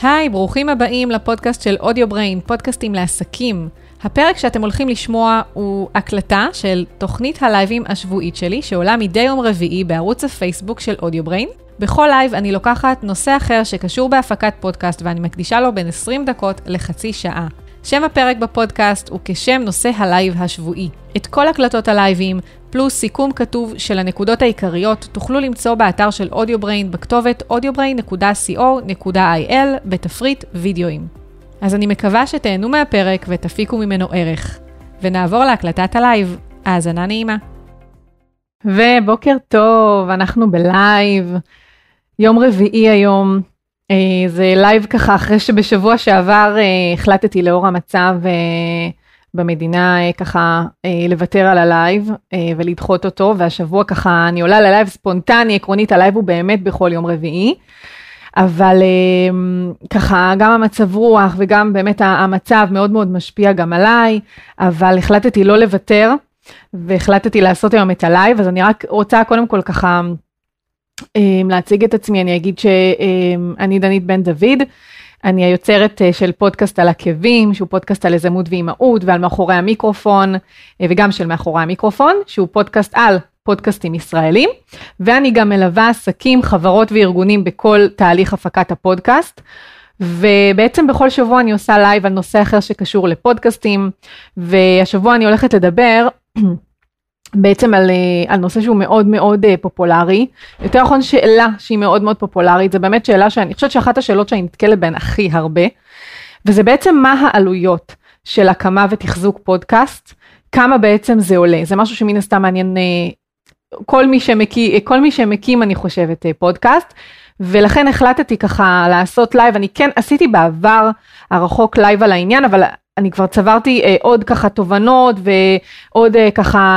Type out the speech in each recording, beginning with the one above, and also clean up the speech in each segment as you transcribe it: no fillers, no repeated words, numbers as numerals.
היי, ברוכים הבאים לפודקאסט של אודיובריין, פודקאסטים לעסקים. הפרק שאתם הולכים לשמוע הוא הקלטה של תוכנית הלייבים השבועית שלי, שעולה מדי יום רביעי בערוץ הפייסבוק של אודיובריין. בכל לייב אני לוקחת נושא אחר שקשור בהפקת פודקאסט, ואני מקדישה לו בין 20 דקות לחצי שעה. שם הפרק בפודקאסט הוא כשם נושא הלייב השבועי. את כל הקלטות הלייבים, פלוס סיכום כתוב של הנקודות העיקריות, תוכלו למצוא באתר של אודיובריין בכתובת audiobrain.co.il בתפריט וידאוים. אז אני מקווה שתהנו מהפרק ותפיקו ממנו ערך. ונעבור להקלטת הלייב. האזנה נעימה. ובוקר טוב, אנחנו בלייב. יום רביעי היום. זה לייב ככה אחרי שבשבוע שעבר החלטתי לאור המצב במדינה ככה לוותר על הלייב ולדחות אותו, והשבוע ככה אני עולה ללייב ספונטני, עקרונית הלייב הוא באמת בכל יום רביעי, אבל ככה גם המצב רוח וגם באמת המצב מאוד מאוד משפיע גם עליי, אבל החלטתי לא לוותר והחלטתי לעשות היום את הלייב, אז אני רק רוצה קודם כל ככה להציג את עצמי. אני אגיד שאני דנית בן דוד, אני היוצרת של פודקאסט על עקבים, שהוא פודקאסט על יזמות ואימהות ועל מאחורי המיקרופון, וגם של מאחורי המיקרופון, שהוא פודקאסט על פודקאסטים ישראלים, ואני גם מלווה עסקים, חברות וארגונים בכל תהליך הפקת הפודקאסט, ובעצם בכל שבוע אני עושה לייב על נושא אחר שקשור לפודקאסטים, והשבוע אני הולכת לדבר בעצם על נושא שהוא מאוד מאוד פופולרי, יותר נכון שאלה שהיא מאוד מאוד פופולרית, זה באמת שאלה שאני חושבת שאחת השאלות שאני נתקלת בהן הכי הרבה, וזה בעצם מה העלויות של הקמה ותחזוק פודקאסט, כמה בעצם זה עולה, זה משהו שמן הסתם מעניין כל מי שמקים אני חושבת פודקאסט, ולכן החלטתי ככה לעשות לייב. אני כן עשיתי בעבר הרחוק לייב על העניין, אבל אני כבר צברתי עוד ככה תובנות ועוד ככה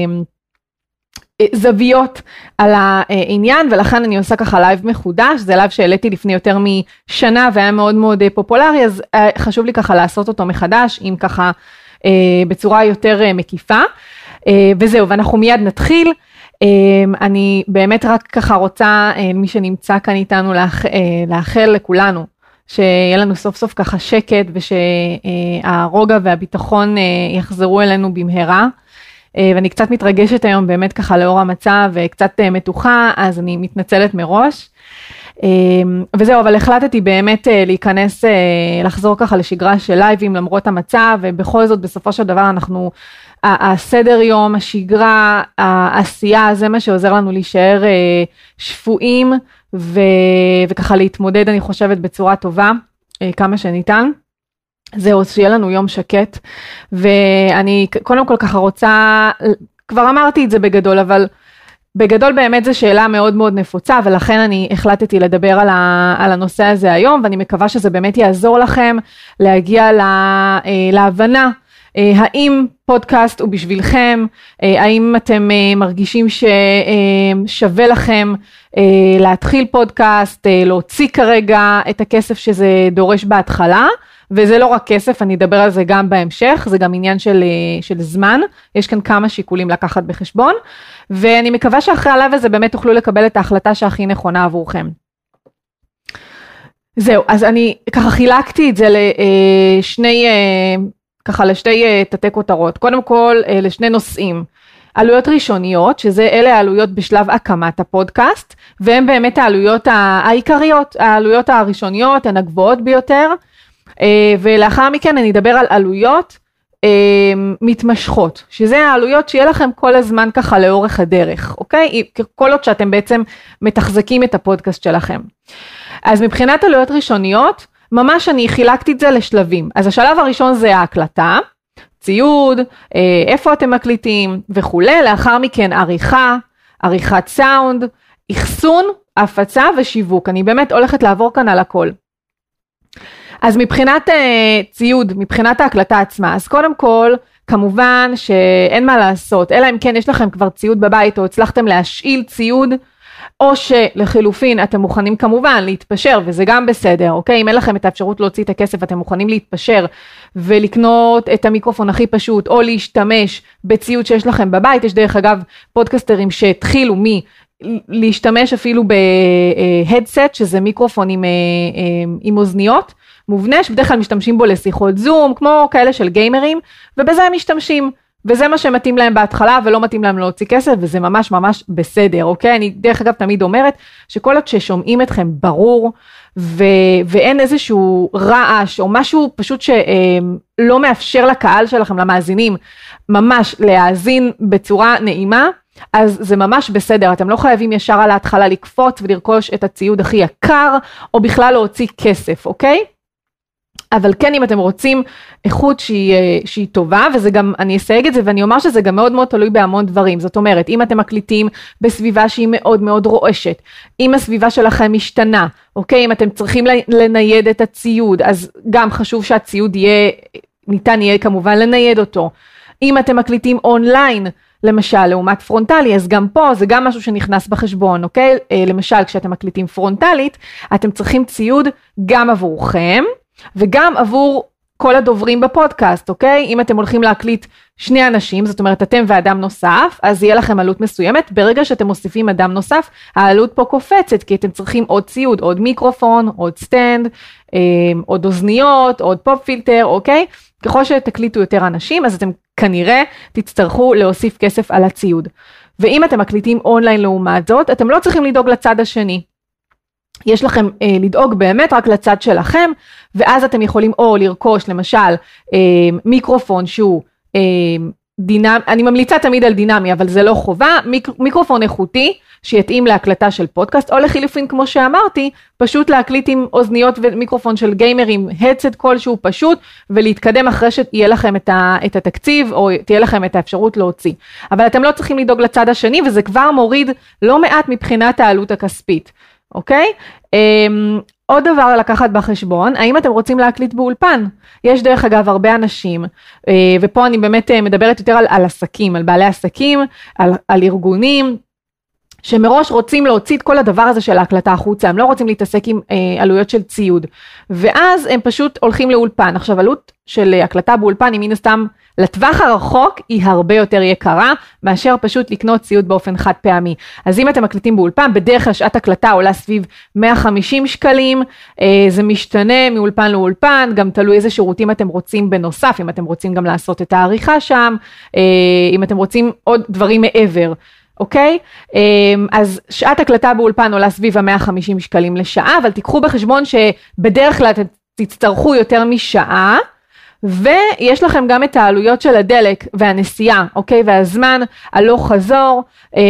זוויות על העניין, ולכן אני עושה ככה לייב מחודש. זה לייב שהעליתי לפני יותר משנה והיה מאוד מאוד פופולרי, אז חשוב לי ככה לעשות אותו מחדש עם ככה בצורה יותר מקיפה, וזהו, ואנחנו מיד נתחיל. אני באמת רק ככה רוצה מי שנמצא כאן איתנו לאחל לכולנו שיהיה לנו סוף סוף ככה שקט, ושהרוגע והביטחון יחזרו אלינו במהרה, ואני קצת מתרגשת היום באמת ככה לאור המצב וקצת מתוחה, אז אני מתנצלת מראש, וזהו. אבל החלטתי באמת להיכנס, לחזור ככה לשגרה של לייבים למרות המצב, ובכל זאת בסופו של דבר אנחנו, הסדר יום, השגרה, העשייה, זה מה שעוזר לנו להישאר שפויים, וככה להתמודד אני חושבת בצורה טובה, כמה שניתן. זהו, שיהיה לנו יום שקט, ואני קודם כל ככה רוצה, כבר אמרתי את זה בגדול, אבל בגדול באמת זו שאלה מאוד מאוד נפוצה, ולכן אני החלטתי לדבר על הנושא הזה היום, ואני מקווה שזה באמת יעזור לכם להגיע להבנה, האם פודקאסט הוא בשבילכם, האם אתם מרגישים ששווה לכם להתחיל פודקאסט, להוציא כרגע את הכסף שזה דורש בהתחלה, וזה לא רק כסף, אני אדבר על זה גם בהמשך, זה גם עניין של זמן, יש כאן כמה שיקולים לקחת בחשבון, ואני מקווה שאחרי הלייב הזה באמת תוכלו לקבל את ההחלטה שהכי נכונה עבורכם. זהו, אז אני ככה חילקתי את זה לשתי תתי כותרות. קודם כל, לשני נושאים. עלויות ראשוניות, אלה העלויות בשלב הקמת הפודקאסט, והן באמת העלויות העיקריות, העלויות הראשוניות, הן הגבוהות ביותר, ולאחר מכן אני אדבר על עלויות מתמשכות, שזה העלויות שיהיה לכם כל הזמן ככה לאורך הדרך, אוקיי? כל עוד שאתם בעצם מתחזקים את הפודקאסט שלכם. אז מבחינת עלויות ראשוניות, ממש אני חילקתי את זה לשלבים. אז השלב הראשון זה ההקלטה, ציוד, איפה אתם מקליטים וכו'. לאחר מכן עריכת סאונד, אחסון, הפצה ושיווק. אני באמת הולכת לעבור כאן על הכל. אז מבחינת ציוד, מבחינת ההקלטה עצמה, אז קודם כל, כמובן שאין מה לעשות, אלא אם כן יש לכם כבר ציוד בבית, או הצלחתם להשאיל ציוד, או שלחילופין אתם מוכנים כמובן להתפשר, וזה גם בסדר, אוקיי? אם אין לכם את האפשרות להוציא את הכסף, אתם מוכנים להתפשר, ולקנות את המיקרופון הכי פשוט, או להשתמש בציוד שיש לכם בבית. יש דרך אגב פודקסטרים שהתחילו להשתמש אפילו בהדסט, שזה מיקרופון עם אוזניות, מובנה, שבדרך כלל משתמשים בו לשיחות זום, כמו כאלה של גיימרים, ובזה הם משתמשים, וזה מה שמתאים להם בהתחלה, ולא מתאים להם להוציא כסף, וזה ממש ממש בסדר, אוקיי? אני דרך אגב תמיד אומרת, שכל עוד ששומעים אתכם ברור, ואין איזשהו רעש, או משהו פשוט שלא מאפשר לקהל שלכם, למאזינים, ממש להאזין בצורה נעימה, אז זה ממש בסדר, אתם לא חייבים ישר על ההתחלה לקפוץ, ולרכוש את הציוד הכי יקר, או בכלל להוציא כסף, אוקיי? אבל כן, אם אתם רוצים איכות שהיא טובה, וזה גם, אני אסייג את זה, ואני אומר שזה גם מאוד מאוד תלוי בהמון דברים. זאת אומרת, אם אתם מקליטים בסביבה שהיא מאוד מאוד רועשת, אם הסביבה שלכם משתנה, אוקיי? אם אתם צריכים לנייד את הציוד, אז גם חשוב שהציוד ניתן יהיה כמובן לנייד אותו. אם אתם מקליטים אונליין, למשל, לעומת פרונטלי, אז גם פה זה גם משהו שנכנס בחשבון, אוקיי? למשל, כשאתם מקליטים פרונטלית, אתם צריכים ציוד גם עבורכם, וגם עבור כל הדוברים בפודקאסט, אוקיי? אם אתם הולכים להקליט 2 אנשים, זאת אומרת אתם ואדם נוסף, אז יהיה לכם עלות מסוימת, ברגע שאתם מוסיפים אדם נוסף, העלות פה קופצת, כי אתם צריכים עוד ציוד, עוד מיקרופון, עוד סטנד, עוד אוזניות, עוד פופ פילטר, אוקיי? ככל שתקליטו יותר אנשים, אז אתם כנראה תצטרכו להוסיף כסף על הציוד. ואם אתם מקליטים אונליין לעומת זאת, אתם לא צריכים לדאוג לצד השני. יש לכם לדאוג באמת רק לצד שלכם, ואז אתם יכולים או לרכוש למשל מיקרופון שהוא דינמי, אני ממליצה תמיד על דינמי, אבל זה לא חובה, מיקרופון איכותי שיתאים להקלטה של פודקאסט, או לחילופין כמו שאמרתי, פשוט להקליט עם אוזניות ומיקרופון של גיימרים, הדסט כלשהו פשוט, ולהתקדם אחרי שיהיה לכם את התקציב, או תהיה לכם את האפשרות להוציא. אבל אתם לא צריכים לדאוג לצד השני, וזה כבר מוריד לא מעט מבחינת העלות הכספית. אוקיי? עוד דבר לקחת בחשבון, האם אתם רוצים להקליט באולפן? יש דרך אגב הרבה אנשים, ופה אני באמת מדברת יותר על עסקים, על בעלי עסקים, על ארגונים, שמראש רוצים להוציא את כל הדבר הזה של ההקלטה החוצה, הם לא רוצים להתעסק עם עלויות של ציוד, ואז הם פשוט הולכים לאולפן. עכשיו עלות של הקלטה באולפן היא מן הסתם לטווח הרחוק היא הרבה יותר יקרה, מאשר פשוט לקנות ציוד באופן חד פעמי. אז אם אתם מקליטים באולפן, בדרך כלל שעת הקלטה עולה סביב 150 שקלים, זה משתנה מאולפן לאולפן, גם תלוי איזה שירותים אתם רוצים בנוסף, אם אתם רוצים גם לעשות את העריכה שם, אם אתם רוצים עוד דברים מעבר. אוקיי? אז שעת הקלטה באולפן עולה סביב ה-150 שקלים לשעה, אבל תיקחו בחשבון שבדרך כלל תצטרכו יותר משעה, ויש לכם גם את העלויות של הדלק והנסיעה, אוקיי? והזמן הלוך חזור,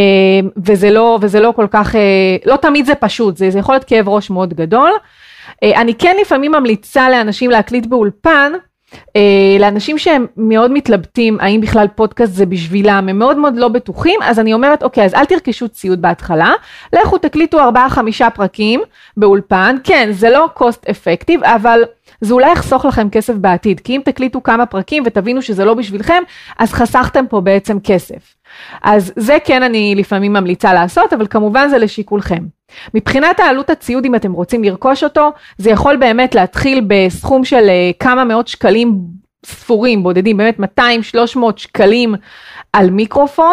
וזה לא כל כך, לא תמיד זה פשוט, זה יכול להיות כאב ראש מאוד גדול. אני כן לפעמים ממליצה לאנשים להקליט באולפן, לאנשים שהם מאוד מתלבטים, האם בכלל פודקאסט זה בשבילם, הם מאוד מאוד לא בטוחים, אז אני אומרת, אוקיי, אז אל תרכשו ציוד בהתחלה, לכו תקליטו 4-5 פרקים באולפן, כן, זה לא cost effective, אבל זה אולי יחסוך לכם כסף בעתיד, כי אם תקליטו כמה פרקים ותבינו שזה לא בשבילכם, אז חסכתם פה בעצם כסף. אז זה כן אני לפעמים ממליצה לעשות, אבל כמובן זה לשיקולכם. מבחינת העלות הציוד, אם אתם רוצים לרכוש אותו, זה יכול באמת להתחיל בסכום של כמה מאות שקלים ספורים, בודדים, באמת 200-300 שקלים על מיקרופון,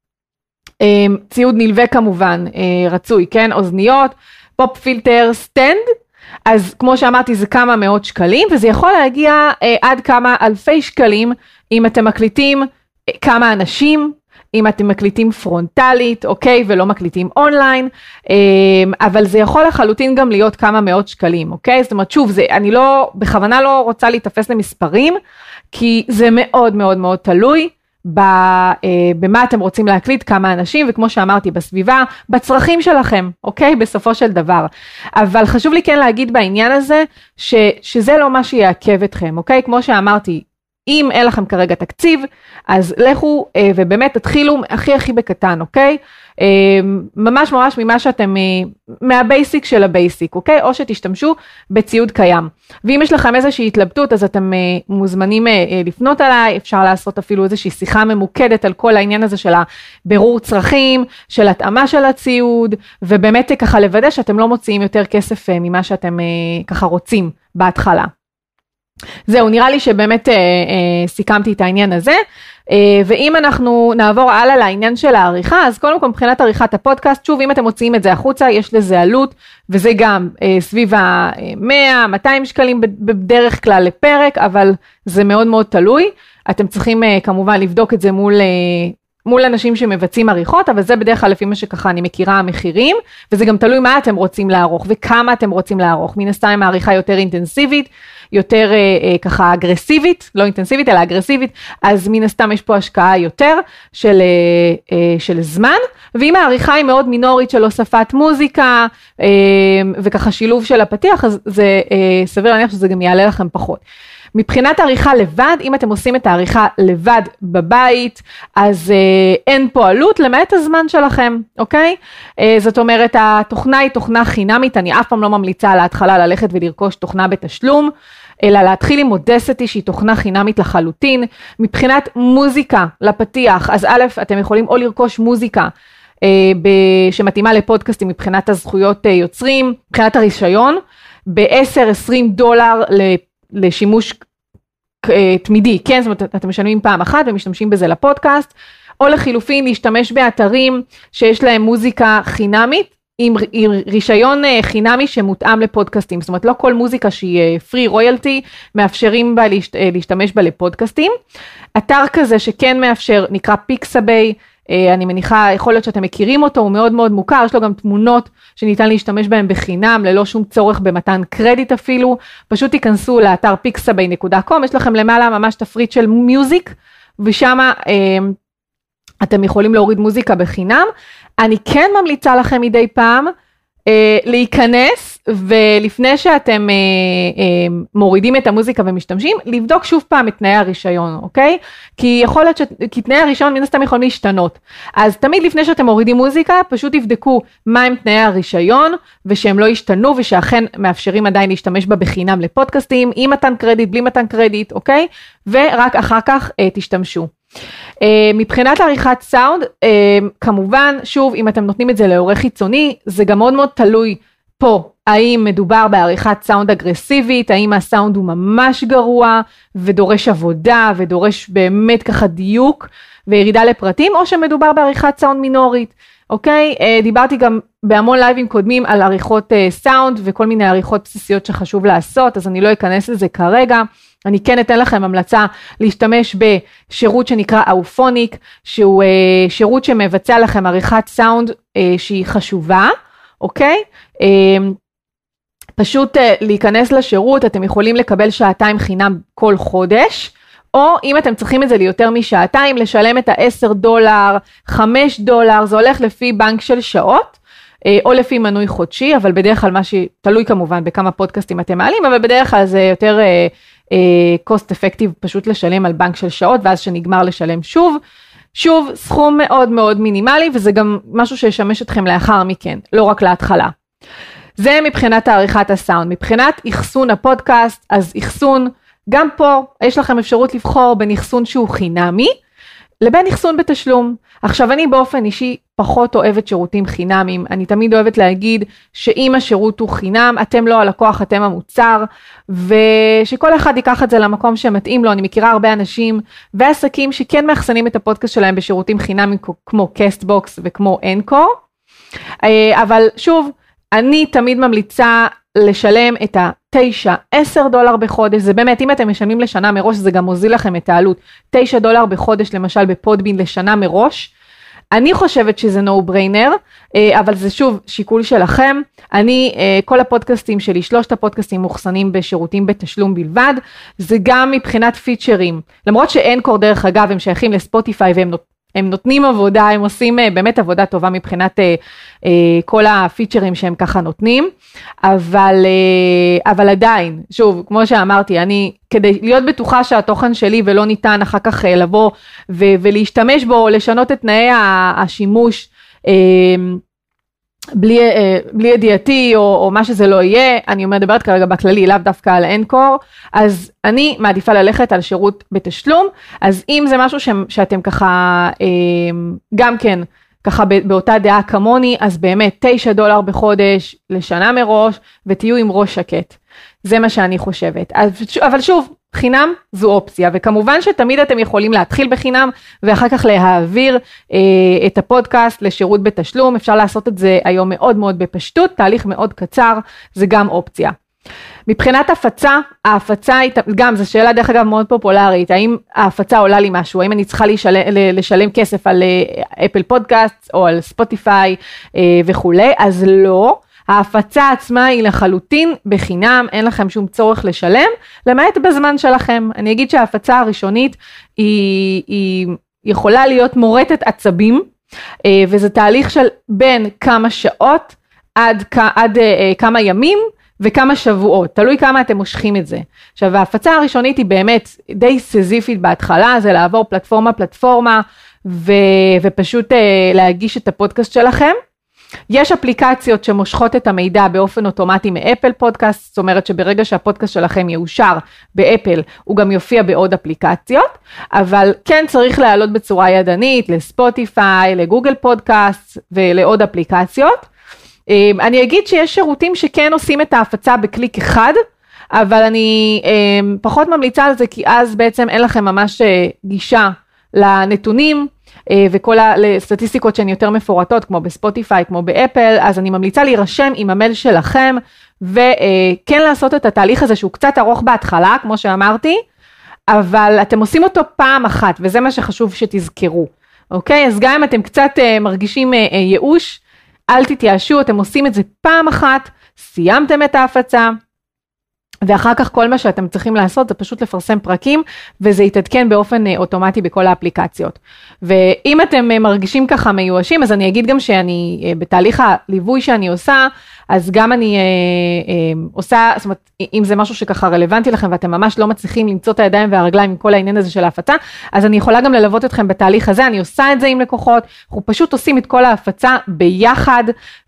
ציוד נלווה כמובן רצוי, כן, אוזניות, פופ פילטר, סטנד, אז כמו שאמרתי זה כמה מאות שקלים, וזה יכול להגיע עד כמה אלפי שקלים, אם אתם מקליטים כמה אנשים, אם אתם מקליטים פרונטלית, אוקיי, ולא מקליטים אונליין, אבל זה יכול לחלוטין גם להיות כמה מאות שקלים, אוקיי? זאת אומרת, שוב, אני בכוונה לא רוצה להתאפס למספרים, כי זה מאוד מאוד מאוד תלוי במה אתם רוצים להקליט, כמה אנשים, וכמו שאמרתי, בסביבה, בצרכים שלכם, אוקיי? בסופו של דבר. אבל חשוב לי כן להגיד בעניין הזה, שזה לא מה שיעכב אתכם, אוקיי? כמו שאמרתי, אם אין לכם כרגע תקציב, אז לכו ובאמת תתחילו הכי בקטן, אוקיי? ממש ממה שאתם, מהבייסיק של הבייסיק, אוקיי? או שתשתמשו בציוד קיים. ואם יש לכם איזושהי התלבטות, אז אתם מוזמנים לפנות אליי, אפשר לעשות אפילו איזושהי שיחה ממוקדת על כל העניין הזה של הבירור צרכים, של התאמה של הציוד, ובאמת ככה לוודא שאתם לא מוציאים יותר כסף ממה שאתם ככה רוצים בהתחלה. זהו, נראה לי שבאמת סיכמתי את העניין הזה. ואם אנחנו נעבור הלאה לעניין של העריכה, אז קודם כל מבחינת עריכת הפודקאסט, שוב, אם אתם מוציאים את זה החוצה, יש לזה עלות, וזה גם סביב ה-100-200 שקלים בדרך כלל לפרק, אבל זה מאוד מאוד תלוי. אתם צריכים כמובן לבדוק את זה מול אנשים שמבצעים עריכות, אבל זה בדרך כלל לפי מה שככה אני מכירה המחירים, וזה גם תלוי מה אתם רוצים לערוך, וכמה אתם רוצים לערוך. מן הסתם העריכה יותר אינטנסיבית, יותר ככה אגרסיבית, לא אינטנסיבית אלא אגרסיבית, אז מן הסתם יש פה השקעה יותר של זמן, ואם העריכה היא מאוד מינורית של הוספת מוזיקה, וככה שילוב של הפתיח, אז זה סביר להניח שזה גם יעלה לכם פחות. מבחינת העריכה לבד, אם אתם עושים את העריכה לבד בבית, אז אין פה עלות למעט הזמן שלכם, אוקיי? זאת אומרת, התוכנה היא תוכנה חינמית, אני אף פעם לא ממליצה על ההתחלה ללכת ולרכוש תוכנה בתשלום, אלא להתחיל עם Audacity שהיא תוכנה חינמית לחלוטין. מבחינת מוזיקה לפתיח, אז א', אתם יכולים או לרכוש מוזיקה, שמתאימה לפודקאסטים מבחינת הזכויות יוצרים, מבחינת הרישיון, ב$10-20 לשימוש תמידי, כן, זאת אומרת, אתם משלמים פעם אחת ומשתמשים בזה לפודקאסט, או לחילופין להשתמש באתרים שיש להם מוזיקה חינמית, עם רישיון חינמי שמותאם לפודקאסטים, זאת אומרת, לא כל מוזיקה שהיא פרי רויאלטי, מאפשרים בה להשתמש בה לפודקאסטים. אתר כזה שכן מאפשר, נקרא פיקסאביי, אני מניחה, יכול להיות שאתם מכירים אותו, הוא מאוד מאוד מוכר, יש לו גם תמונות שניתן להשתמש בהם בחינם, ללא שום צורך במתן קרדיט אפילו, פשוט תיכנסו לאתר pixabay.com, יש לכם למעלה ממש תפריט של מיוזיק, ושם אתם יכולים להוריד מוזיקה בחינם. אני כן ממליצה לכם מדי פעם להיכנס, ולפני שאתם מורידים את המוזיקה ומשתמשים, לבדוק שוב פעם את תנאי הרישיון, אוקיי? כי יכול להיות כי תנאי הרישיון מן הסתם יכולים להשתנות. אז תמיד לפני שאתם מורידים מוזיקה, פשוט תבדקו מה הם תנאי הרישיון, ושהם לא ישתנו, ושאכן מאפשרים עדיין להשתמש בה בחינם לפודקאסטים, עם מתן קרדיט, בלי מתן קרדיט, אוקיי? ורק אחר כך תשתמשו. מבחינת עריכת סאונד, כמובן, שוב, אם אתם נותנים את זה לעורך חיצוני, זה גם מאוד מאוד תלוי פה, האם מדובר בעריכת סאונד אגרסיבית, האם הסאונד הוא ממש גרוע, ודורש עבודה, ודורש באמת ככה דיוק, וירידה לפרטים, או שמדובר בעריכת סאונד מינורית, אוקיי? דיברתי גם בהמון לייבים קודמים על עריכות סאונד, וכל מיני עריכות בסיסיות שחשוב לעשות, אז אני לא אכנס לזה כרגע, אני כן אתן לכם המלצה להשתמש בשירות שנקרא אופוניק, שהוא שירות שמבצע לכם עריכת סאונד שהיא חשובה, אוקיי? פשוט להיכנס לשירות, אתם יכולים לקבל שעתיים חינם כל חודש, או אם אתם צריכים את זה ליותר משעתיים, לשלם את $10, $5, זה הולך לפי בנק של שעות, או לפי מנוי חודשי, אבל בדרך כלל מה שתלוי כמובן בכמה פודקאסטים אתם מעלים, אבל בדרך כלל זה יותר cost effective פשוט לשלם על בנק של שעות, ואז שנגמר לשלם שוב, סכום מאוד מאוד מינימלי, וזה גם משהו שישמש אתכם לאחר מכן, לא רק להתחלה. זה מבחינת העריכת הסאונד. מבחינת אחסון הפודקאסט, אז אחסון, גם פה יש לכם אפשרות לבחור בין אחסון שהוא חינמי, לבין אחסון בתשלום. עכשיו אני באופן אישי פחות אוהבת שירותים חינמים, אני תמיד אוהבת להגיד שאם השירות הוא חינם, אתם לא הלקוח, אתם המוצר, ושכל אחד ייקח את זה למקום שמתאים לו. אני מכירה הרבה אנשים ועסקים שכן מאחסנים את הפודקאסט שלהם בשירותים חינמים כמו קסטבוקס וכמו אנקור, אבל שוב, אני תמיד ממליצה לשלם את $9-10 בחודש, זה באמת, אם אתם משלמים לשנה מראש, זה גם מוזיל לכם את העלות, $9 בחודש, למשל בפודבין לשנה מראש, אני חושבת שזה no brainer, אבל זה שוב שיקול שלכם. אני, כל הפודקאסטים שלי, 3 הפודקאסטים מוכסנים בשירותים בתשלום בלבד, זה גם מבחינת פיצ'רים, למרות שאנקור דרך אגב, הם שייכים לספוטיפיי והם נותנים עבודה, הם עושים באמת עבודה טובה מבחינת כל הפיצ'רים שהם ככה נותנים, אבל עדיין, שוב, כמו שאמרתי, אני, כדי להיות בטוחה שהתוכן שלי ולא ניתן אחר כך לבוא ולהשתמש בו, לשנות את תנאי השימוש, בלי ידיעתי או מה שזה לא יהיה, אני מדברת כרגע בכללי, לאו דווקא על אנקור, אז אני מעדיפה ללכת על שירות בתשלום, אז אם זה משהו שאתם ככה, גם כן, ככה באותה דעה כמוני, אז באמת $9 בחודש לשנה מראש, ותהיו עם ראש שקט. זה מה שאני חושבת. אבל שוב, חינם זו אופציה, וכמובן שתמיד אתם יכולים להתחיל בחינם, ואחר כך להעביר את הפודקאסט לשירות בתשלום, אפשר לעשות את זה היום מאוד מאוד בפשטות, תהליך מאוד קצר, זה גם אופציה. מבחינת ההפצה היא גם, זו שאלה דרך אגב מאוד פופולרית, האם ההפצה עולה לי משהו, האם אני צריכה לשלם כסף על אפל פודקאסט או על ספוטיפיי וכו', אז לא, ההפצה עצמה היא לחלוטין בחינם, אין לכם שום צורך לשלם, למעט בזמן שלכם. אני אגיד שההפצה הראשונית היא יכולה להיות מורטת עצבים, וזה תהליך של בין כמה שעות עד כמה ימים, וכמה שבועות, תלוי כמה אתם מושכים את זה. עכשיו, ההפצה הראשונית היא באמת די סזיפית בהתחלה, זה לעבור פלטפורמה, ופשוט להגיש את הפודקאסט שלכם. יש אפליקציות שמושכות את המידע באופן אוטומטי מאפל פודקאסט, זאת אומרת שברגע שהפודקאסט שלכם יאושר באפל, הוא גם יופיע בעוד אפליקציות, אבל כן צריך לעלות בצורה ידנית, לספוטיפיי, לגוגל פודקאסט ולעוד אפליקציות. אני אגיד שיש שירותים שכן עושים את ההפצה בקליק אחד, אבל אני פחות ממליצה על זה, כי אז בעצם אין לכם ממש גישה לנתונים, וכל הסטטיסטיקות שהן יותר מפורטות, כמו בספוטיפיי, כמו באפל, אז אני ממליצה להירשם עם המייל שלכם, וכן לעשות את התהליך הזה, שהוא קצת ארוך בהתחלה, כמו שאמרתי, אבל אתם עושים אותו פעם אחת, וזה מה שחשוב שתזכרו, אוקיי? אז גם אם אתם קצת מרגישים ייאוש, אל תתייאשו, אתם עושים את זה פעם אחת, סיימתם את ההפצה, ואחר כך כל מה שאתם צריכים לעשות זה פשוט לפרסם פרקים, וזה יתעדכן באופן אוטומטי בכל האפליקציות. ואם אתם מרגישים ככה מיואשים, אז אני אגיד גם שאני בתהליך הליווי שאני עושה, אז גם אני עושה, זאת אומרת, אם זה משהו שככה רלוונטי לכם, ואתם ממש לא מצליחים למצוא את הידיים והרגליים עם כל העניין הזה של ההפצה, אז אני יכולה גם ללוות אתכם בתהליך הזה, אני עושה את זה עם לקוחות, אנחנו פשוט עושים את כל ההפצה ביחד,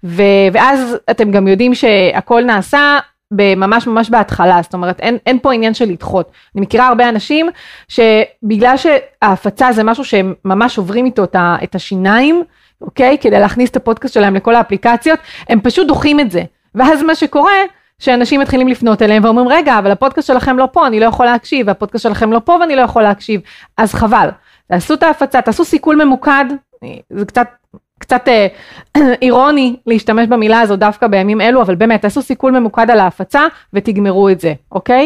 ואז אתם גם יודעים שהכל נעשה, ממש בהתחלה, זאת אומרת, אין פה עניין של לדחות. אני מכירה הרבה אנשים שבגלל שההפצה זה משהו שהם ממש עוברים איתו את השיניים, אוקיי? כדי להכניס את הפודקאסט שלהם לכל האפליקציות, הם פשוט דוחים את זה. ואז מה שקורה, שאנשים מתחילים לפנות אליהם ואומרים, רגע, אבל הפודקאסט שלכם לא פה, אני לא יכול להקשיב, והפודקאסט שלכם לא פה ואני לא יכול להקשיב. אז חבל. תעשו את ההפצה, תעשו סיכול ממוקד, זה קצת אירוני להשתמש במילה הזו דווקא בימים אלו, אבל באמת, תעשו סיכול ממוקד על ההפצה ותגמרו את זה, אוקיי?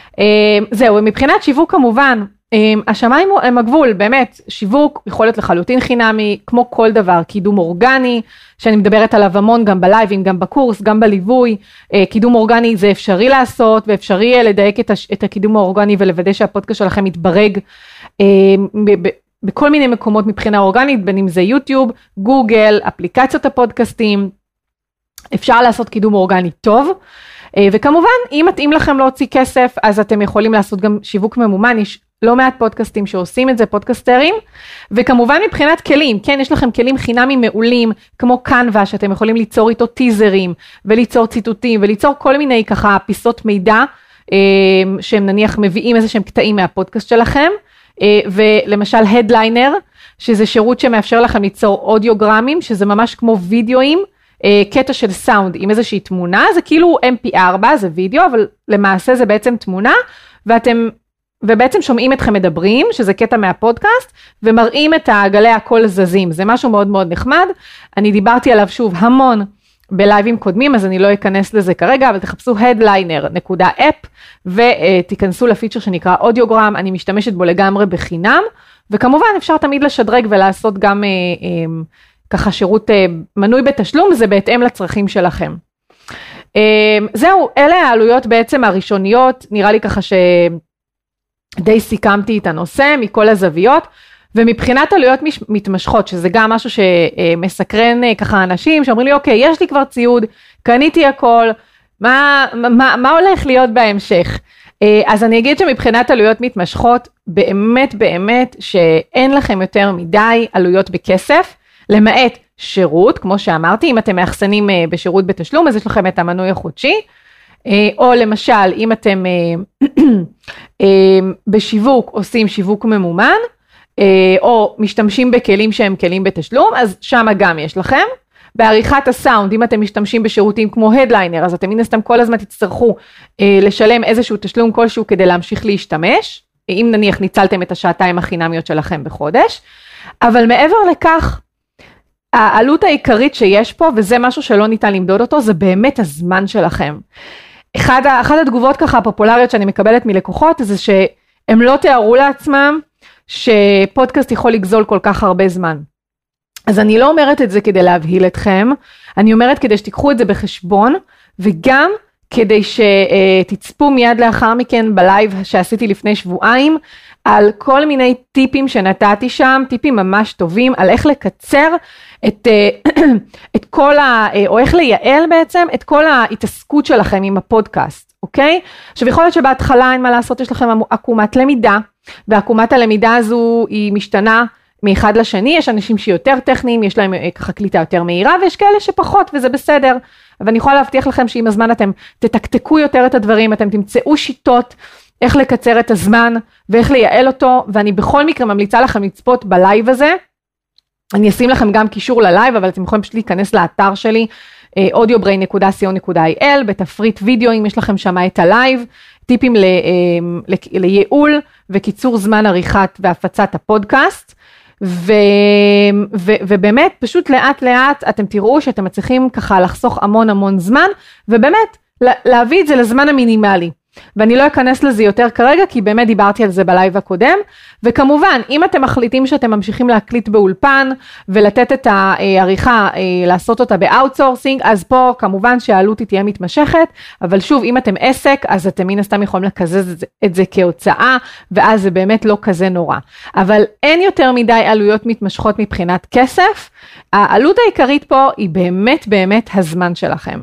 זהו, מבחינת שיווק כמובן, השמיים הם הגבול, באמת, שיווק יכול להיות לחלוטין חינמי, כמו כל דבר, קידום אורגני, שאני מדברת עליו המון גם בלייבים, גם בקורס, גם בליווי, קידום אורגני זה אפשרי לעשות, ואפשרי לדייק את הקידום האורגני ולוודא שהפודקאסט שלכם יתברג, בכל מיני מקומות מבחינה אורגנית, בין אם זה יוטיוב, גוגל, אפליקציות הפודקאסטים, אפשר לעשות קידום אורגני טוב, וכמובן, אם מתאים לכם להוציא כסף, אז אתם יכולים לעשות גם שיווק ממומן, יש לא מעט פודקאסטים שעושים את זה, פודקאסטרים, וכמובן מבחינת כלים, כן, יש לכם כלים חינמיים מעולים, כמו קנווה, שאתם יכולים ליצור איתו טיזרים, וליצור ציטוטים, וליצור כל מיני ככה פיסות מידע, שהם נניח מביאים איזה שהם קטעים מהפודקאסט שלכם, ולמשל הדליינר, שזה שירות שמאפשר לכם ליצור אודיוגרמים, שזה ממש כמו וידאוים, קטע של סאונד עם איזושהי תמונה, זה כאילו MP4, זה וידאו, אבל למעשה זה בעצם תמונה, ובעצם שומעים אתכם מדברים, שזה קטע מהפודקאסט, ומראים את הגלי הקול זזים, זה משהו מאוד מאוד נחמד, אני דיברתי עליו שוב המון, בלייבים קודמים, אז אני לא אכנס לזה כרגע, אבל תחפשו headliner.app, ותיכנסו לפיצ'ר שנקרא אודיוגרם, אני משתמשת בו לגמרי בחינם, וכמובן אפשר תמיד לשדרג ולעשות גם ככה שירות מנוי בתשלום, זה בהתאם לצרכים שלכם. זהו, אלה העלויות בעצם הראשוניות, נראה לי ככה שדי סיכמתי את הנושא מכל הזוויות, ומבחינת עלויות מתמשכות, שזה גם משהו שמסקרן ככה אנשים, שאומרים לי, אוקיי, יש לי כבר ציוד, קניתי הכל, מה הולך להיות בהמשך? אז אני אגיד שמבחינת עלויות מתמשכות, באמת שאין לכם יותר מדי עלויות בכסף, למעט שירות, כמו שאמרתי, אם אתם מאחסנים בשירות בתשלום, אז יש לכם את המנוי החודשי, או למשל, אם אתם בשיווק עושים שיווק ממומן, או משתמשים בכלים שהם כלים בתשלום, אז שם גם יש לכם. בעריכת הסאונד, אם אתם משתמשים בשירותים כמו הדליינר, אז אתם מן הסתם כל הזמן תצטרכו לשלם איזשהו תשלום כלשהו כדי להמשיך להשתמש, אם נניח ניצלתם את השעתיים החינמיות שלכם בחודש, אבל מעבר לכך, העלות העיקרית שיש פה, וזה משהו שלא ניתן למדוד אותו, זה באמת הזמן שלכם. אחת התגובות ככה הפופולריות שאני מקבלת מלקוחות, זה שהם לא תיארו לעצמם, שפודקאסט יכול לגזול כל כך הרבה זמן. אז אני לא אומרת את זה כדי להבהיל אתכם, אני אומרת כדי שתיקחו את זה בחשבון, וגם כדי שתצפו מיד לאחר מכן בלייב שעשיתי לפני שבועיים, על כל מיני טיפים שנתתי שם, טיפים ממש טובים, על איך לקצר את כל או איך לייעל בעצם את כל ההתעסקות שלכם עם הפודקאסט, אוקיי? עכשיו יכול להיות שבהתחלה אין מה לעשות, יש לכם עקומת למידה, ועקומת הלמידה הזו היא משתנה מאחד לשני, יש אנשים שיותר טכניים, יש להם ככה קליטה יותר מהירה, ויש כאלה שפחות, וזה בסדר. אבל אני יכולה להבטיח לכם שעם הזמן אתם תתקתקו יותר את הדברים, אתם תמצאו שיטות איך לקצר את הזמן, ואיך לייעל אותו, ואני בכל מקרה ממליצה לכם לצפות בלייב הזה, אני אשים לכם גם קישור ללייב, אבל אתם יכולים פשוט להיכנס לאתר שלי, audiobrain.co.il, בתפריט וידאו, אם יש לכם שמה את הלייב, טיפים לייעול וקיצור זמן עריכת והפצת הפודקאסט, ובאמת פשוט לאט לאט אתם תראו שאתם מצליחים ככה לחסוך המון זמן, ובאמת להביא את זה לזמן המינימלי. ואני לא אכנס לזה יותר כרגע, כי באמת דיברתי על זה בלייב הקודם, וכמובן, אם אתם מחליטים שאתם ממשיכים להקליט באולפן, ולתת את העריכה, לעשות אותה באוטסורסינג, אז פה כמובן שהעלות תהיה מתמשכת, אבל שוב, אם אתם עסק, אז אתם מן הסתם יכולים לקזז את זה כהוצאה, ואז זה באמת לא כזה נורא. אבל אין יותר מדי עלויות מתמשכות מבחינת כסף, העלות העיקרית פה היא באמת הזמן שלכם.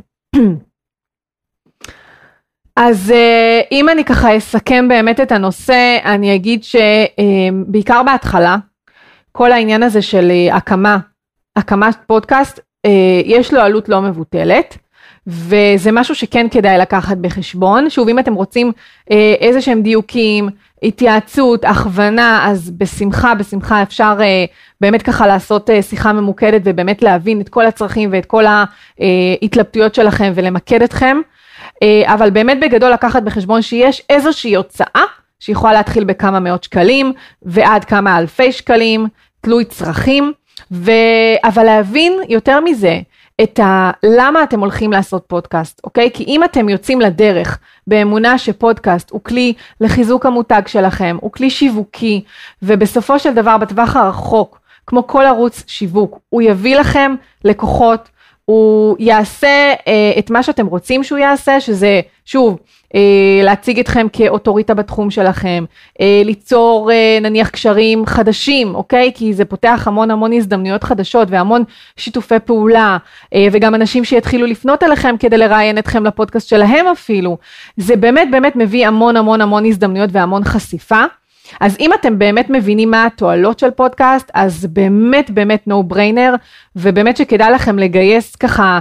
אז אם אני ככה אסכם באמת את הנושא, אני אגיד שבעיקר בהתחלה, כל העניין הזה של הקמת פודקאסט, יש לו עלות לא מבוטלת, וזה משהו שכן כדאי לקחת בחשבון. שוב, אם אתם רוצים איזה שהם דיוקים, התייעצות, הכוונה, אז בשמחה אפשר באמת ככה לעשות שיחה ממוקדת, ובאמת להבין את כל הצרכים ואת כל ההתלבטויות שלכם ולמקד אתכם. אבל באמת בגדול לקחת בחשבון שיש איזושהי הוצאה שיכולה להתחיל בכמה מאות שקלים ועד כמה אלפי שקלים, תלוי צרכים, אבל להבין יותר מזה למה אתם הולכים לעשות פודקאסט, אוקיי? כי אם אתם יוצאים לדרך באמונה שפודקאסט הוא כלי לחיזוק המותג שלכם, הוא כלי שיווקי, ובסופו של דבר בטווח הרחוק, כמו כל ערוץ שיווק, הוא יביא לכם לקוחות, הוא יעשה את מה שאתם רוצים שהוא יעשה, שזה שוב, להציג אתכם כאוטוריטה בתחום שלכם, ליצור נניח קשרים חדשים, אוקיי? כי זה פותח המון הזדמנויות חדשות והמון שיתופי פעולה, וגם אנשים שיתחילו לפנות אליכם כדי לראיין אתכם לפודקאסט שלהם אפילו. זה באמת מביא המון הזדמנויות והמון חשיפה. אז אם אתם באמת מבינים מה התועלות של פודקאסט, אז באמת no brainer, ובאמת שכדאי לכם לגייס ככה,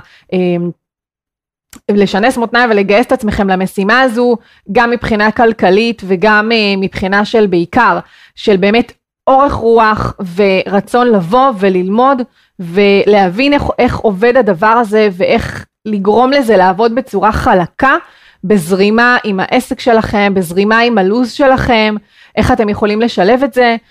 לשנס מותניים ולגייס את עצמכם למשימה הזו, גם מבחינה כלכלית וגם מבחינה של בעיקר, של באמת אורך רוח ורצון לבוא וללמוד, ולהבין איך עובד הדבר הזה, ואיך לגרום לזה לעבוד בצורה חלקה, בזרימה עם העסק שלכם, בזרימה עם הלוז שלכם, איך אתם יכולים לשלב את זה,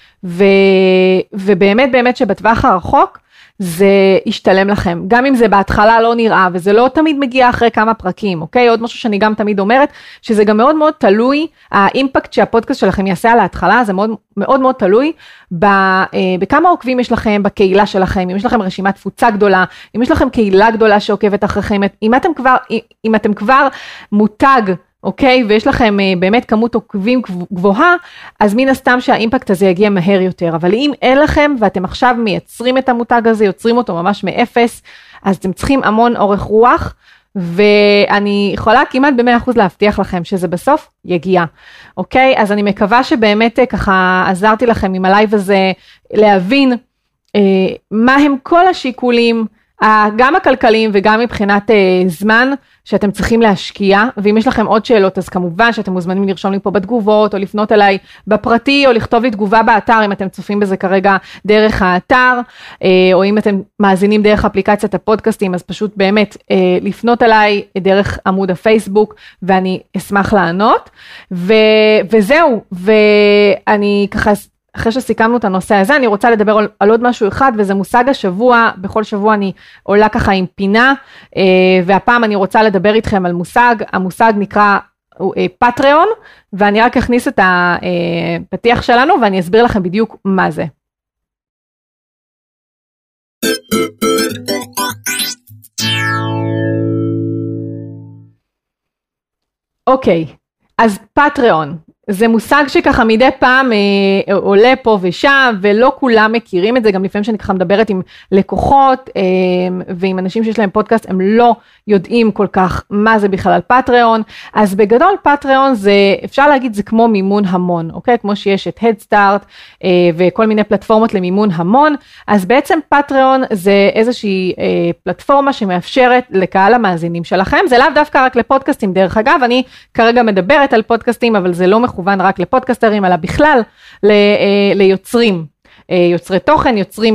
ובאמת שבטווח הרחוק, זה ישתלם לכם. גם אם זה בהתחלה לא נראה, וזה לא תמיד מגיע אחרי כמה פרקים, אוקיי? עוד משהו שאני גם תמיד אומרת, שזה גם מאוד תלוי, האימפקט שהפודקאסט שלכם יעשה על ההתחלה, זה מאוד תלוי, בכמה עוקבים יש לכם, בקהילה שלכם, אם יש לכם רשימת תפוצה גדולה, אם יש לכם קהילה גדולה שעוקבת אחריכם, אם אתם כבר מותג, אוקיי, ויש לכם באמת כמות עוקבים גבוהה, אז מן הסתם שהאימפקט הזה יגיע מהר יותר, אבל אם אין לכם, ואתם עכשיו מייצרים את המותג הזה, יוצרים אותו ממש מאפס, אז אתם צריכים המון אורך רוח, ואני יכולה כמעט ב100% להבטיח לכם שזה בסוף יגיע, אוקיי? אז אני מקווה שבאמת ככה עזרתי לכם עם הלייב הזה, להבין מה הם כל השיקולים גם הכלכליים וגם מבחינת זמן שאתם צריכים להשקיע, ואם יש לכם עוד שאלות אז כמובן שאתם מוזמנים לרשום לי פה בתגובות, או לפנות אליי בפרטי, או לכתוב לי תגובה באתר אם אתם צופים בזה כרגע דרך האתר, או אם אתם מאזינים דרך אפליקציית הפודקאסטים, אז פשוט באמת לפנות אליי דרך עמוד הפייסבוק, ואני אשמח לענות, וזהו, ואני ככה, אחרי שסיכמנו את הנושא הזה, אני רוצה לדבר על עוד משהו אחד, וזה מושג השבוע, בכל שבוע אני עולה ככה עם פינה, והפעם אני רוצה לדבר איתכם על מושג, המושג נקרא פטריון, ואני רק אכניס את הפתיח שלנו, ואני אסביר לכם בדיוק מה זה. אוקיי, אז פטריון. זה מושג שככה מדי פעם עולה פה ושם, ולא כולם מכירים את זה, גם לפעמים שאני ככה מדברת עם לקוחות, ועם אנשים שיש להם פודקאסט, הם לא יודעים כל כך מה זה בכלל על פטריון, אז בגדול פטריון זה, אפשר להגיד זה כמו מימון המון, אוקיי? כמו שיש את Headstart, וכל מיני פלטפורמות למימון המון, אז בעצם פטריון זה איזושהי פלטפורמה שמאפשרת לקהל המאזינים שלכם, זה לאו דווקא רק לפודקאסטים, דרך אגב, אני כרגע מדברת על פודקאסטים, אבל זה לא מכוון רק לפודקאסטרים, אלא בכלל ליוצרים, יוצרי תוכן, יוצרים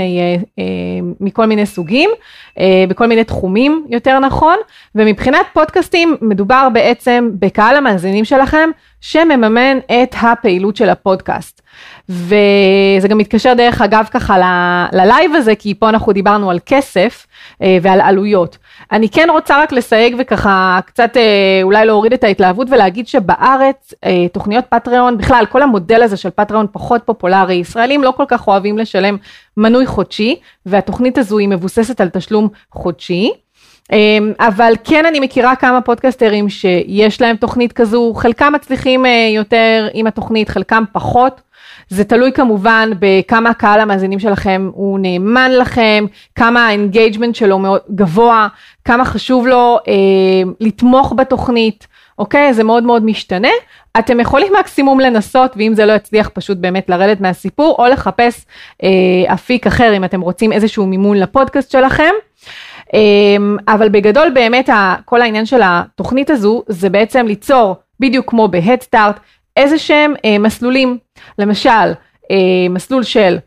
מכל מיני סוגים, בכל מיני תחומים יותר נכון, ומבחינת פודקאסטים מדובר בעצם בקהל המאזינים שלכם, שמממן את הפעילות של הפודקאסט. וזה גם מתקשר דרך אגב ככה ללייב הזה, כי פה אנחנו דיברנו על כסף ועל עלויות. אני כן רוצה רק לסייג וככה קצת אולי להוריד את ההתלהבות ולהגיד שבארץ תוכניות פטריון, בכלל כל המודל הזה של פטריון פחות פופולרי, ישראלים לא כל כך אוהבים לשלם מנוי חודשי, והתוכנית הזו היא מבוססת על תשלום חודשי. אבל כן אני מכירה כמה פודקאסטרים שיש להם תוכנית כזו, חלקם מצליחים יותר עם התוכנית, חלקם פחות, זה תלוי כמובן בכמה הקהל המאזינים שלכם הוא נאמן לכם, כמה האנגייג'מנט שלו מאוד גבוה, כמה חשוב לו לתמוך בתוכנית, אוקיי? זה מאוד מאוד משתנה, אתם יכולים מקסימום לנסות, ואם זה לא יצליח פשוט באמת לרדת מהסיפור, או לחפש אפיק אחר אם אתם רוצים איזשהו מימון לפודקאסט שלכם, אבל בגדול באמת כל העניין של התוכנית הזו, זה בעצם ליצור בדיוק כמו ב-Headstart, איזה שהם מסלולים, למשל מסלול של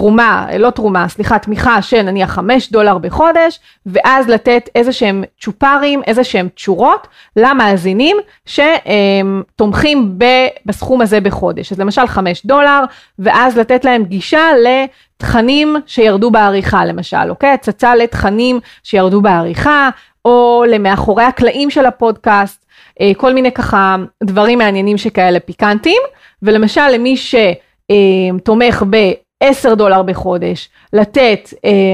תמיכה של נניח $5 בחודש, ואז לתת איזה שהם צ'ופרים, איזה שהם תשורות למאזינים שתומכים בסכום הזה בחודש. אז למשל $5, ואז לתת להם גישה לתכנים שירדו בעריכה למשל, אוקיי? הצצה לתכנים שירדו בעריכה, או למאחורי הקלעים של הפודקאסט, כל מיני ככה דברים מעניינים שכאלה פיקנטים, ולמשל למי שתומך $10 בחודש, לתת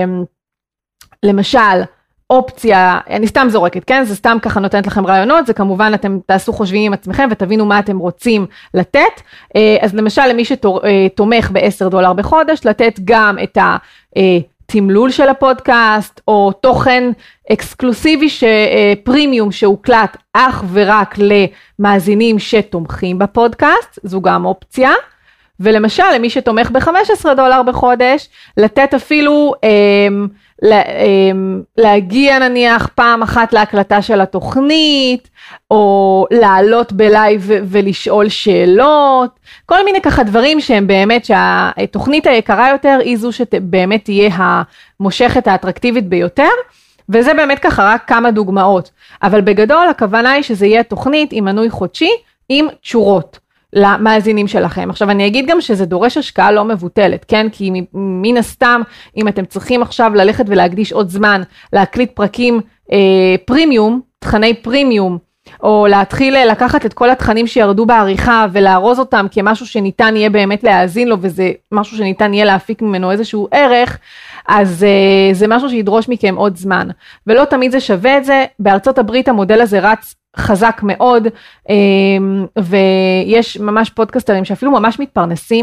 למשל אופציה, אני סתם זורקת, כן? זה סתם ככה נותנת לכם רעיונות, זה כמובן אתם תעשו חושבים עם עצמכם ותבינו מה אתם רוצים לתת, אז למשל למי שתומך $10 בחודש, לתת גם את תמלול של הפודקאסט, או תוכן אקסקלוסיבי פרימיום שהוקלט אך ורק למאזינים שתומכים בפודקאסט, זו גם אופציה, ולמשל למי שתומך $15 בחודש, לתת אפילו להגיע נניח פעם אחת להקלטה של התוכנית, או לעלות בלייב ולשאול שאלות, כל מיני ככה דברים שהם באמת שהתוכנית היקרה יותר היא זו שבאמת תהיה המושכת האטרקטיבית ביותר, וזה באמת ככה רק כמה דוגמאות, אבל בגדול הכוונה היא שזה יהיה תוכנית עם מנוי חודשי עם תשורות למאזינים שלכם. עכשיו אני אגיד גם שזה דורש השקעה לא מבוטלת, כן? כי מן הסתם אם אתם צריכים עכשיו ללכת ולהקדיש עוד זמן להקליט פרקים פרימיום, תכני פרימיום, או להתחיל לקחת את כל התכנים שירדו בעריכה ולארוז אותם כמשהו שניתן יהיה באמת להאזין לו, וזה משהו שניתן יהיה להפיק ממנו איזשהו ערך, אז זה משהו שידרוש מכם עוד זמן, ולא תמיד זה שווה את זה. בארצות הברית המודל הזה רץ חזק מאוד, ויש ממש פודקאסטרים שאפילו ממש מתפרנסים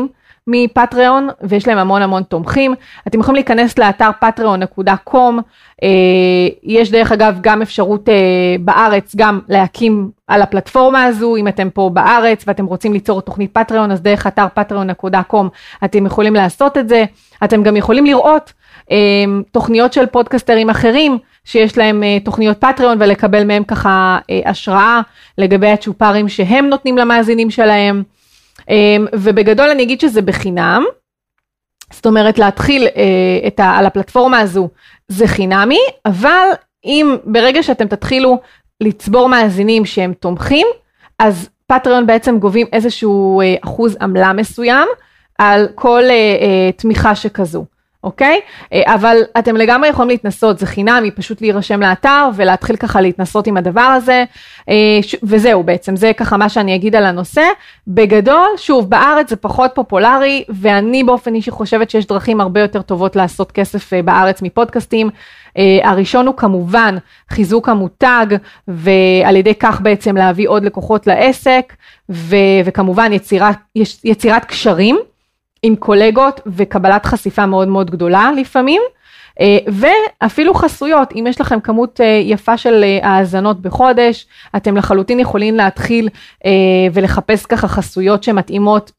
מפטריון, ויש להם המון המון תומכים. אתם יכולים להיכנס לאתר patreon.com, יש דרך אגב גם אפשרות בארץ גם להקים על הפלטפורמה הזו, אם אתם פה בארץ ואתם רוצים ליצור תוכנית פטריון, אז דרך אתר patreon.com אתם יכולים לעשות את זה. אתם גם יכולים לראות תוכניות של פודקסטרים אחרים, שיש להם תוכניות פטריון, ולקבל מהם ככה השראה לגבי הצ'ופרים שהם נותנים למאזינים שלהם. ובגדול אני אגיד שזה בחינם, זאת אומרת להתחיל על הפלטפורמה הזו זה חינמי, אבל אם ברגע שאתם תתחילו לצבור מאזינים שהם תומכים, אז פטריון בעצם גובים איזשהו אחוז עמלה מסוים על כל תמיכה שכזו. אוקיי? אבל אתם לגמרי יכולים להתנסות, זה חינמי, פשוט להירשם לאתר ולהתחיל ככה להתנסות עם הדבר הזה, וזהו בעצם, זה ככה מה שאני אגיד על הנושא. בגדול, שוב, בארץ זה פחות פופולרי, ואני באופן אישי חושבת שיש דרכים הרבה יותר טובות לעשות כסף בארץ מפודקאסטים. הראשון הוא כמובן חיזוק המותג, ועל ידי כך בעצם להביא עוד לקוחות לעסק, וכמובן יצירת קשרים, עם קולגות וקבלת חשיפה מאוד מאוד גדולה לפעמים, ואפילו חסויות, אם יש לכם כמות יפה של האזנות בחודש, אתם לחלוטין יכולים להתחיל ולחפש ככה חסויות שמתאימות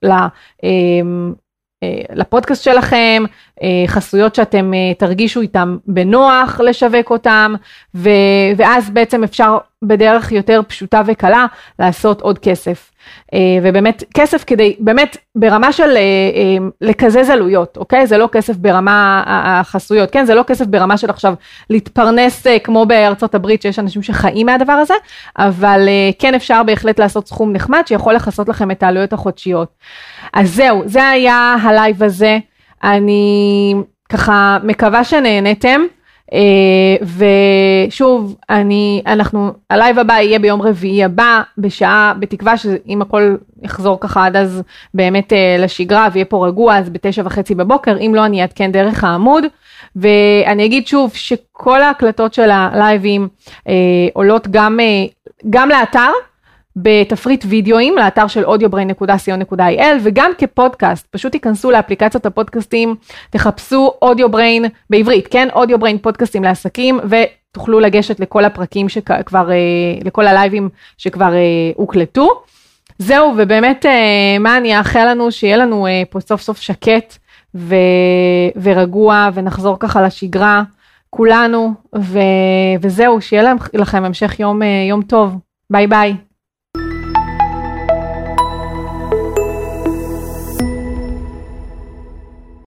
לפודקאסט שלכם, חסויות שאתם תרגישו איתם בנוח לשווק אותם, ואז בעצם אפשר בדרך יותר פשוטה וקלה לעשות עוד כסף. ובאמת כסף כדי, באמת ברמה של לקזז עלויות, אוקיי? זה לא כסף ברמה החסויות, כן? זה לא כסף ברמה של עכשיו להתפרנס כמו בארצות הברית, שיש אנשים שחיים מהדבר הזה, אבל כן אפשר בהחלט לעשות סכום נחמד, שיכול לחסות לכם את העלויות החודשיות. אז זהו, זה היה הלייב הזה, אני ככה מקווה שנהנתם, ושוב, הלייב הבא יהיה ביום רביעי הבא, בתקווה שאם הכל יחזור ככה עד אז באמת לשגרה, ויהיה פה רגוע, אז 9:30 בבוקר, אם לא אני אעדכן דרך העמוד, ואני אגיד שוב שכל ההקלטות של הלייבים עולות גם לאתר, בתפריט וידאוים, לאתר של audiobrain.co.il, וגם כפודקאסט, פשוט תיכנסו לאפליקציות הפודקאסטים, תחפשו אודיובריין בעברית, כן? אודיובריין פודקאסטים לעסקים, ותוכלו לגשת לכל הפרקים שכבר, לכל הלייבים שכבר הוקלטו. זהו, ובאמת, מה אני אאחל לנו, שיהיה לנו פה סוף סוף שקט ורגוע, ונחזור ככה לשגרה, כולנו, וזהו, שיהיה לכם המשך יום טוב. ביי ביי.